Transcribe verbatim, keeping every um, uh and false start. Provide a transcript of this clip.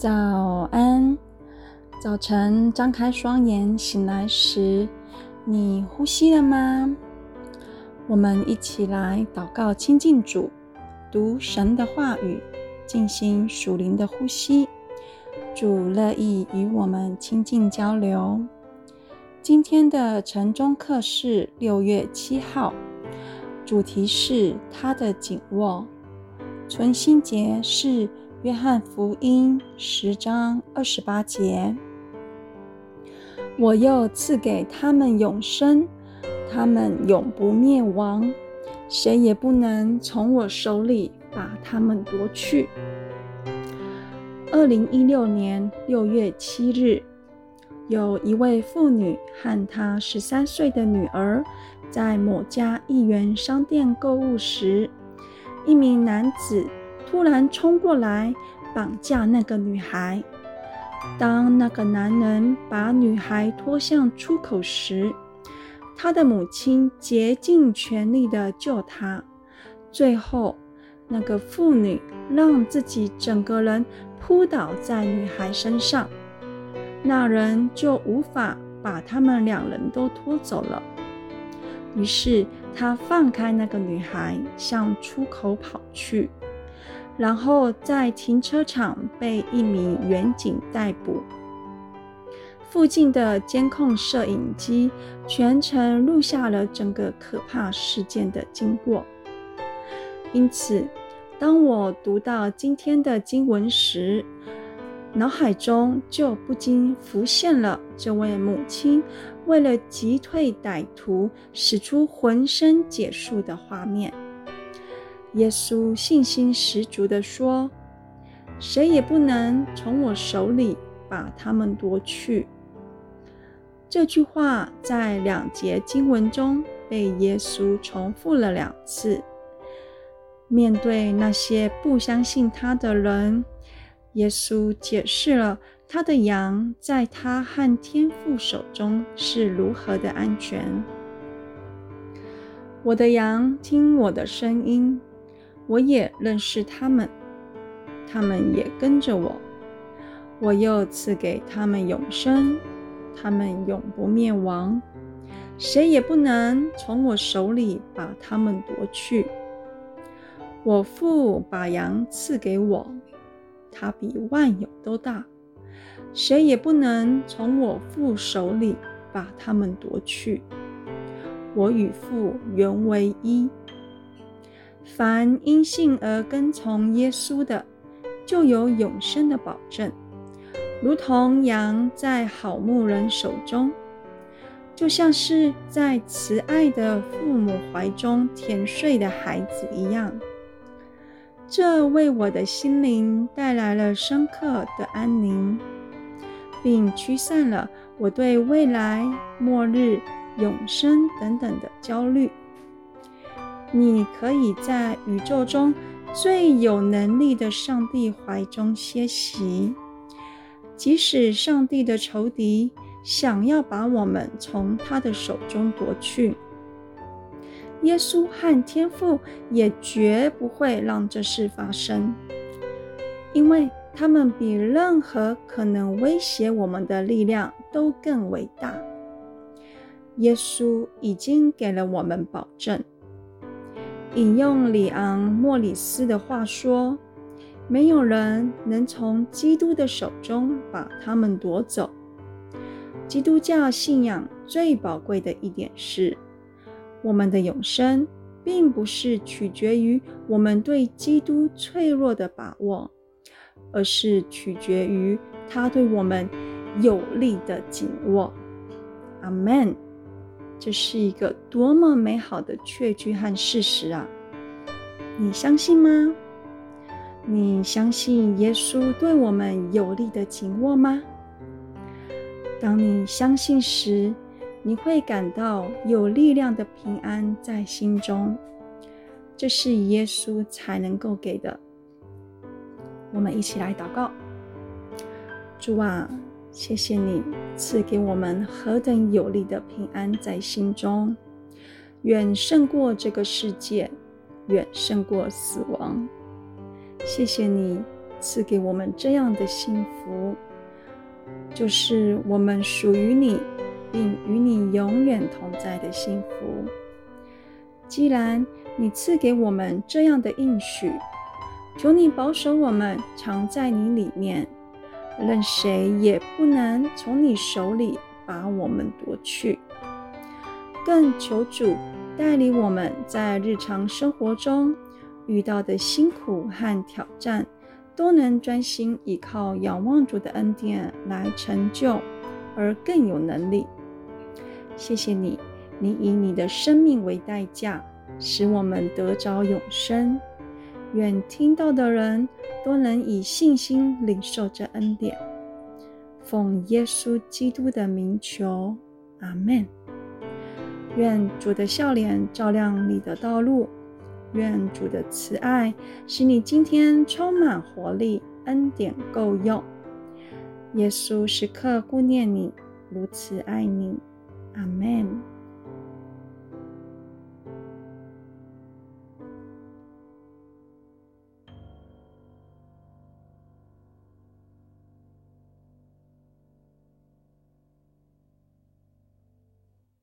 早安，早晨张开双眼醒来时，你呼吸了吗？我们一起来祷告亲近主，读神的话语，进行属灵的呼吸。主乐意与我们亲近交流。今天的晨钟课是六月七号，主题是他的紧握。存心节是约翰福音十章二十八节。我又赐给他们永生，他们永不灭亡，谁也不能从我手里把他们夺去。二零一六年六月七日，有一位妇女和她十三岁的女儿在某家一元商店购物时，一名男子突然冲过来绑架那个女孩。当那个男人把女孩拖向出口时，她的母亲竭尽全力地救她。最后，那个妇女让自己整个人扑倒在女孩身上，那人就无法把他们两人都拖走了。于是他放开那个女孩，向出口跑去，然后在停车场被一名员警逮捕。附近的监控摄影机全程录下了整个可怕事件的经过。因此，当我读到今天的经文时，脑海中就不禁浮现了这位母亲为了击退歹徒使出浑身解数的画面。耶稣信心十足地说，谁也不能从我手里把他们夺去。这句话在两节经文中被耶稣重复了两次。面对那些不相信他的人，耶稣解释了他的羊在他和天父手中是如何的安全。我的羊听我的声音，我也认识他们，他们也跟着我。我又赐给他们永生，他们永不灭亡，谁也不能从我手里把他们夺去。我父把羊赐给我，他比万有都大，谁也不能从我父手里把他们夺去。我与父原为一。凡因信而跟从耶稣的，就有永生的保证，如同羊在好牧人手中，就像是在慈爱的父母怀中甜睡的孩子一样。这为我的心灵带来了深刻的安宁，并驱散了我对未来、末日、永生等等的焦虑。你可以在宇宙中最有能力的上帝怀中歇息，即使上帝的仇敌想要把我们从他的手中夺去，耶稣和天父也绝不会让这事发生，因为他们比任何可能威胁我们的力量都更伟大。耶稣已经给了我们保证。引用里昂·莫里斯的话说，没有人能从基督的手中把他们夺走。基督教信仰最宝贵的一点是，我们的永生并不是取决于我们对基督脆弱的把握，而是取决于他对我们有力的紧握。阿们。这是一个多么美好的确据和事实啊！你相信吗？你相信耶稣对我们有力的紧握吗？当你相信时，你会感到有力量的平安在心中，这是耶稣才能够给的。我们一起来祷告。主啊，谢谢你赐给我们何等有力的平安在心中，远胜过这个世界，远胜过死亡。谢谢你赐给我们这样的幸福，就是我们属于你，并与你永远同在的幸福。既然你赐给我们这样的应许，求你保守我们常在你里面，任谁也不能从你手里把我们夺去。更求主带领我们在日常生活中遇到的辛苦和挑战，都能专心依靠仰望主的恩典来成就，而更有能力。谢谢你，你以你的生命为代价，使我们得着永生。愿听到的人都能以信心领受这恩典。奉耶稣基督的名求，阿们。愿主的笑脸照亮你的道路，愿主的慈爱使你今天充满活力，恩典够用。耶稣时刻顾念你，如此爱你。阿们。